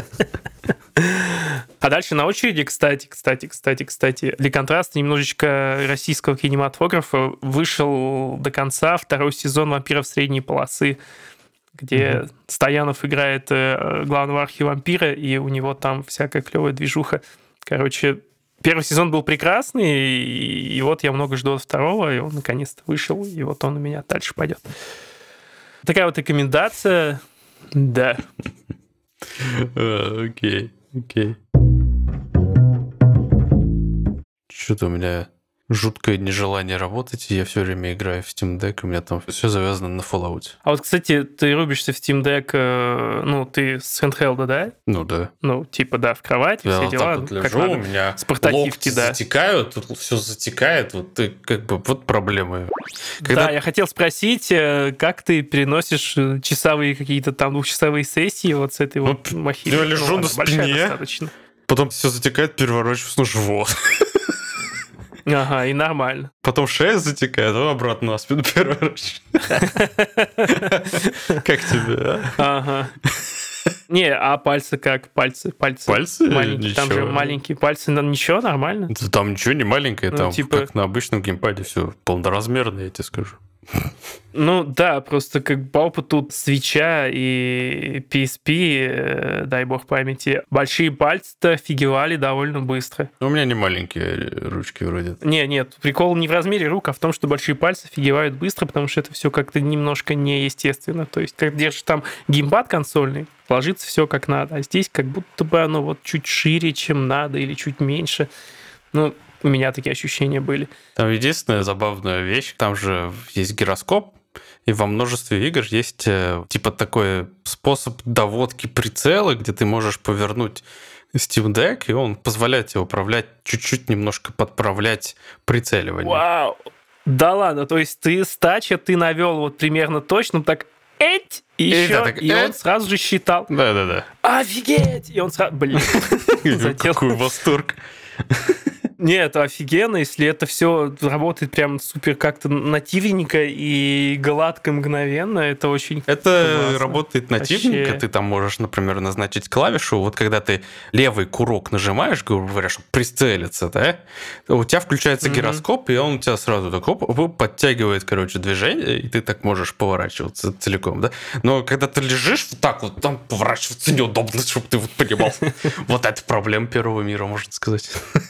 Speaker 1: А дальше на очереди, кстати, для контраста немножечко российского кинематографа вышел до конца второй сезон «Вампиров средней полосы», где Стоянов играет главного архивампира, и у него там всякая клевая движуха. Короче, первый сезон был прекрасный, и вот я много жду от второго, и он наконец-то вышел, и вот он у меня дальше пойдет. Такая вот рекомендация. Да.
Speaker 2: Окей. Что-то у меня жуткое нежелание работать, и я все время играю в Steam Deck, у меня там все завязано на Fallout.
Speaker 1: А вот, кстати, ты рубишься в Steam Deck, ну, ты с handheld, да?
Speaker 2: Ну, да.
Speaker 1: Ну, типа, да, в кровати,
Speaker 2: я
Speaker 1: все
Speaker 2: вот
Speaker 1: дела.
Speaker 2: Так вот лежу, у меня локти затекают, тут все затекает, вот ты как бы, вот проблемы.
Speaker 1: Да, я хотел спросить, как ты переносишь часовые какие-то там двухчасовые сессии вот с этой вот махиной?
Speaker 2: Я лежу на спине, потом все затекает, переворачиваюсь на живот.
Speaker 1: Ага, и нормально.
Speaker 2: Потом шея затекает, а обратно на спину переворачиваюсь. Как тебе, а?
Speaker 1: Ага. Не, а пальцы как? Пальцы? Маленькие. Там же маленькие пальцы. Ничего, нормально?
Speaker 2: Там ничего не маленькое, там как на обычном геймпаде все полноразмерное, я тебе скажу.
Speaker 1: Ну да, просто как по опыту свитча и PSP, дай бог памяти, большие пальцы-то офигевали довольно быстро.
Speaker 2: У меня не маленькие ручки вроде.
Speaker 1: Нет, прикол не в размере рук, а в том, что большие пальцы офигевают быстро, потому что это все как-то немножко неестественно. То есть, как держишь там геймпад консольный, ложится все как надо, а здесь как будто бы оно вот чуть шире, чем надо, или чуть меньше. У меня такие ощущения были.
Speaker 2: Там единственная забавная вещь, там же есть гироскоп, И во множестве игр есть типа такой способ доводки прицела, где ты можешь повернуть Steam Deck, и он позволяет тебе управлять, чуть-чуть немножко подправлять прицеливание.
Speaker 1: Вау! Да ладно, то есть ты стача, ты навел вот примерно точно, так и еще,
Speaker 2: так,
Speaker 1: и он сразу же считал.
Speaker 2: Да-да-да.
Speaker 1: Офигеть! И он сразу, блин.
Speaker 2: Какой восторг.
Speaker 1: Нет, это офигенно, если это все работает прям супер как-то нативненько и гладко мгновенно, это очень
Speaker 2: Это
Speaker 1: классно.
Speaker 2: работает нативненько,
Speaker 1: Вообще.
Speaker 2: ты там можешь, например, назначить клавишу, вот когда ты левый курок нажимаешь, грубо говоря, чтобы прицелиться, да, у тебя включается гироскоп, и он у тебя сразу так подтягивает, короче, движение, и ты так можешь поворачиваться целиком, да. Но когда ты лежишь вот так вот, там поворачиваться неудобно, чтобы ты вот понимал. Вот это проблема первого мира, можно сказать.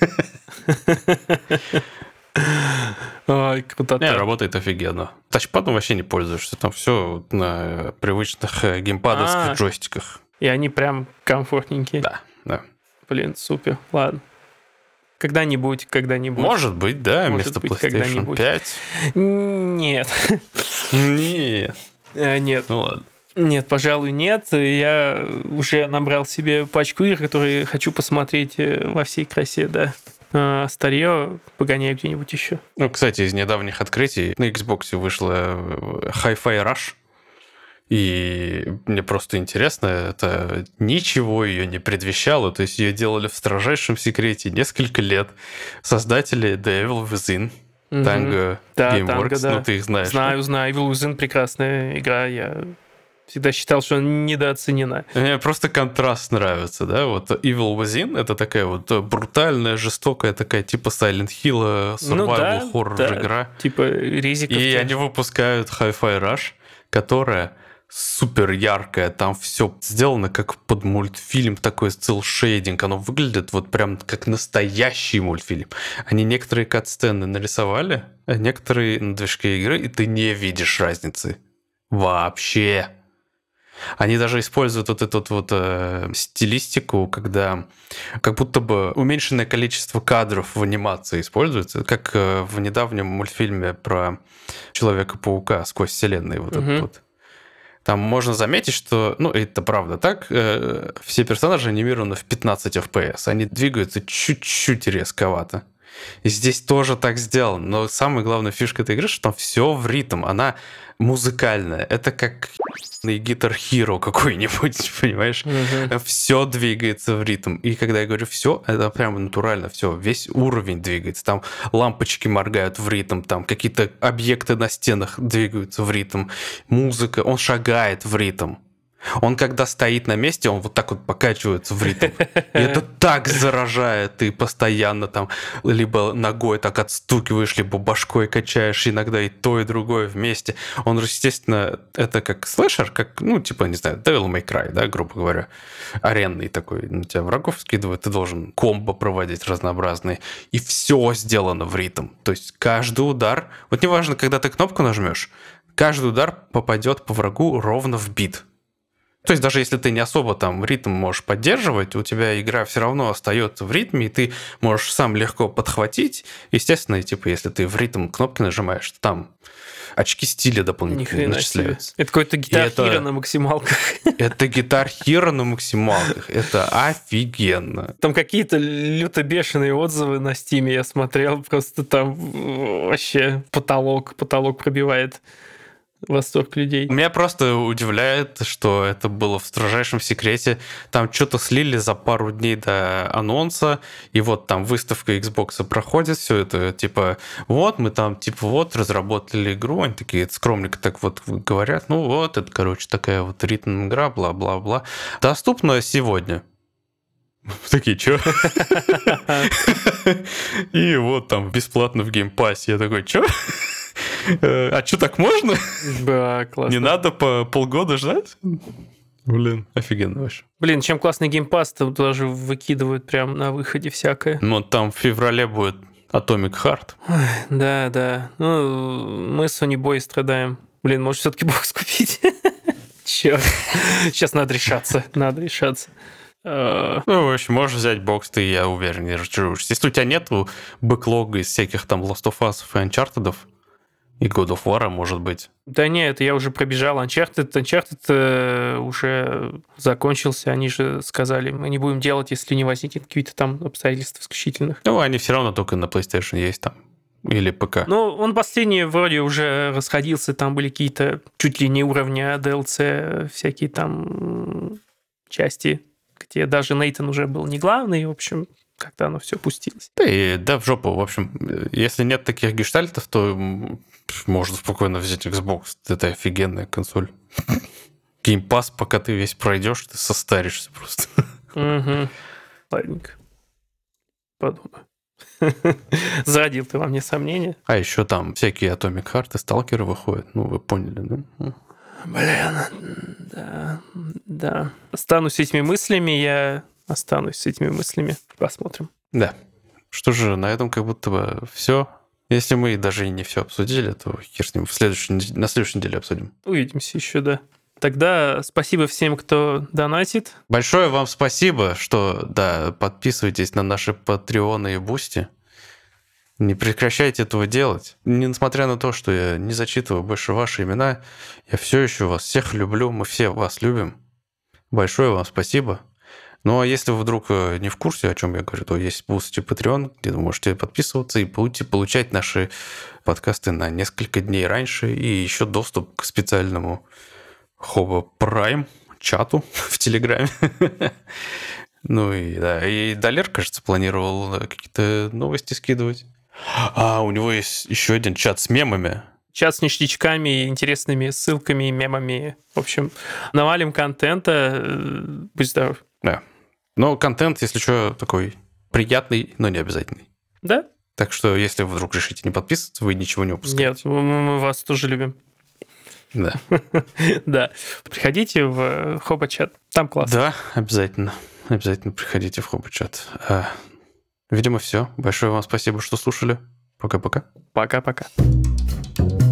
Speaker 1: Ой, крутота.
Speaker 2: Работает офигенно. Тачпадом вообще не пользуешься. Там все на привычных геймпадовских джойстиках.
Speaker 1: И они прям комфортненькие.
Speaker 2: Да.
Speaker 1: Блин, супер. Ладно. Когда-нибудь.
Speaker 2: Может быть, да,
Speaker 1: Может
Speaker 2: вместо
Speaker 1: быть,
Speaker 2: PlayStation
Speaker 1: когда-нибудь.
Speaker 2: 5.
Speaker 1: Нет.
Speaker 2: Нет.
Speaker 1: Нет.
Speaker 2: Ну ладно.
Speaker 1: Нет, пожалуй, нет. Я уже набрал себе пачку игр, которые хочу посмотреть во всей красе, да. Старье погоняю где-нибудь еще.
Speaker 2: Ну, кстати, из недавних открытий на Xbox вышла Hi-Fi Rush. И мне просто интересно, это ничего ее не предвещало. То есть ее делали в строжайшем секрете несколько лет. Создатели The Evil Within, Tango Gameworks,
Speaker 1: Tango, да.
Speaker 2: Ну ты их знаешь.
Speaker 1: Знаю. Evil Within прекрасная игра. Я всегда считал, что она недооценена.
Speaker 2: Мне просто контраст нравится, да, вот Evil Within — это такая вот брутальная, жестокая такая типа Silent Hill, survival horror игра.
Speaker 1: Типа резиков.
Speaker 2: И они выпускают Hi-Fi Rush, которая супер яркая, там все сделано как под мультфильм, такой цел-шейдинг, оно выглядит вот прям как настоящий мультфильм. Они некоторые кат-сцены нарисовали, а некоторые на движке игры, и ты не видишь разницы. Вообще. Они даже используют вот эту вот стилистику, когда как будто бы уменьшенное количество кадров в анимации используется, как в недавнем мультфильме про Человека-паука сквозь вселенные. Вот этот вот. Там можно заметить, что, ну, это правда так, все персонажи анимированы в 15 FPS, они двигаются чуть-чуть резковато. И здесь тоже так сделано. Но самая главная фишка этой игры, что там все в ритм. Она музыкальная. Это как Guitar Hero какой-нибудь, понимаешь? Все двигается в ритм. И когда я говорю все, это прямо натурально все. Весь уровень двигается. Там лампочки моргают в ритм, там какие-то объекты на стенах двигаются в ритм. Музыка, он шагает в ритм. Он, когда стоит на месте, он вот так вот покачивается в ритм. И это так заражает. Ты постоянно там либо ногой так отстукиваешь, либо башкой качаешь. Иногда и то, и другое вместе. Он, естественно, это как слэшер, как, ну, типа, не знаю, Devil May Cry, да, грубо говоря. Аренный такой. На тебя врагов скидывает, ты должен комбо проводить разнообразные. И все сделано в ритм. То есть каждый удар... Вот неважно, когда ты кнопку нажмешь, каждый удар попадет по врагу ровно в бит. То есть даже если ты не особо там ритм можешь поддерживать, у тебя игра все равно остается в ритме, и ты можешь сам легко подхватить. Естественно, типа, если ты в ритм кнопки нажимаешь, то там очки стиля дополнительно начисляются.
Speaker 1: Это какой-то Guitar Hero на максималках.
Speaker 2: Это Guitar Hero на максималках. Это офигенно.
Speaker 1: Там какие-то люто бешеные отзывы на Стиме я смотрел. Просто там вообще потолок пробивает восторг людей.
Speaker 2: Меня просто удивляет, что это было в строжайшем секрете. Там что-то слили за пару дней до анонса, и вот там выставка Xbox проходит, все это типа, вот мы там типа вот разработали игру, они такие скромненько так вот говорят, ну вот, это, короче, такая вот ритм-игра, бла-бла-бла. Доступна сегодня. Такие, чё? И вот там бесплатно в геймпассе. Я такой, чё? А что, так можно?
Speaker 1: Да, классно.
Speaker 2: Не надо по полгода ждать? Блин, офигенно вообще.
Speaker 1: Блин, чем классный геймпасс, там даже выкидывают прям на выходе всякое.
Speaker 2: Ну, там в феврале будет Atomic Heart.
Speaker 1: Да. Ну, мы с Sony Boy страдаем. Блин, может, все-таки бокс купить? Черт. Сейчас надо решаться.
Speaker 2: Ну, в общем, можешь взять бокс, ты, я уверен, не разочаруешься. Если у тебя нету бэклога из всяких там Last of Us и Uncharted, И God of War, может быть.
Speaker 1: Да нет, я уже пробежал Uncharted уже закончился. Они же сказали, мы не будем делать, если не возникнет какие-то там обстоятельства исключительных.
Speaker 2: Ну, они все равно только на PlayStation есть там. Или ПК.
Speaker 1: Ну, он последний вроде уже расходился, там были какие-то чуть ли не уровня DLC, всякие там части, где даже Нейтан уже был не главный, в общем... Как-то оно все пустилось.
Speaker 2: Да, в жопу. В общем, если нет таких гештальтов, то можно спокойно взять Xbox. Это офигенная консоль. Game Pass, пока ты весь пройдешь, ты состаришься просто.
Speaker 1: Угу. Ладненько. Подумаю. Зародил ты во мне сомнения.
Speaker 2: А еще там всякие Atomic Heart и Stalker выходят. Ну, вы поняли, да?
Speaker 1: Блин, да. Останусь с этими мыслями, Посмотрим.
Speaker 2: Да. Что же, на этом как будто бы все. Если мы даже и не все обсудили, то хер с ним на следующей неделе обсудим.
Speaker 1: Увидимся еще, да. Тогда спасибо всем, кто донатит.
Speaker 2: Большое вам спасибо, что, подписывайтесь на наши Патреоны и Бусти. Не прекращайте этого делать. Несмотря на то, что я не зачитываю больше ваши имена, я все еще вас всех люблю, мы все вас любим. Большое вам спасибо. Ну, а если вы вдруг не в курсе, о чем я говорю, то есть Boosty Patreon, где вы можете подписываться и получать наши подкасты на несколько дней раньше, и еще доступ к специальному Хоба Prime чату в Телеграме. Ну и да, и Далер, кажется, планировал какие-то новости скидывать. А у него есть еще один чат с мемами.
Speaker 1: Чат с ништячками, интересными ссылками, мемами. В общем, навалим контента. Будь здоров.
Speaker 2: Да. Но контент, если что, такой приятный, но не обязательный.
Speaker 1: Да.
Speaker 2: Так что, если вы вдруг решите не подписываться, вы ничего не упускаете.
Speaker 1: Нет, мы вас тоже любим.
Speaker 2: Да.
Speaker 1: Да. Приходите в Хоба-чат. Там классно.
Speaker 2: Да, обязательно. Обязательно приходите в Хоба-чат. Видимо, все. Большое вам спасибо, что слушали. Пока-пока.
Speaker 1: Пока-пока.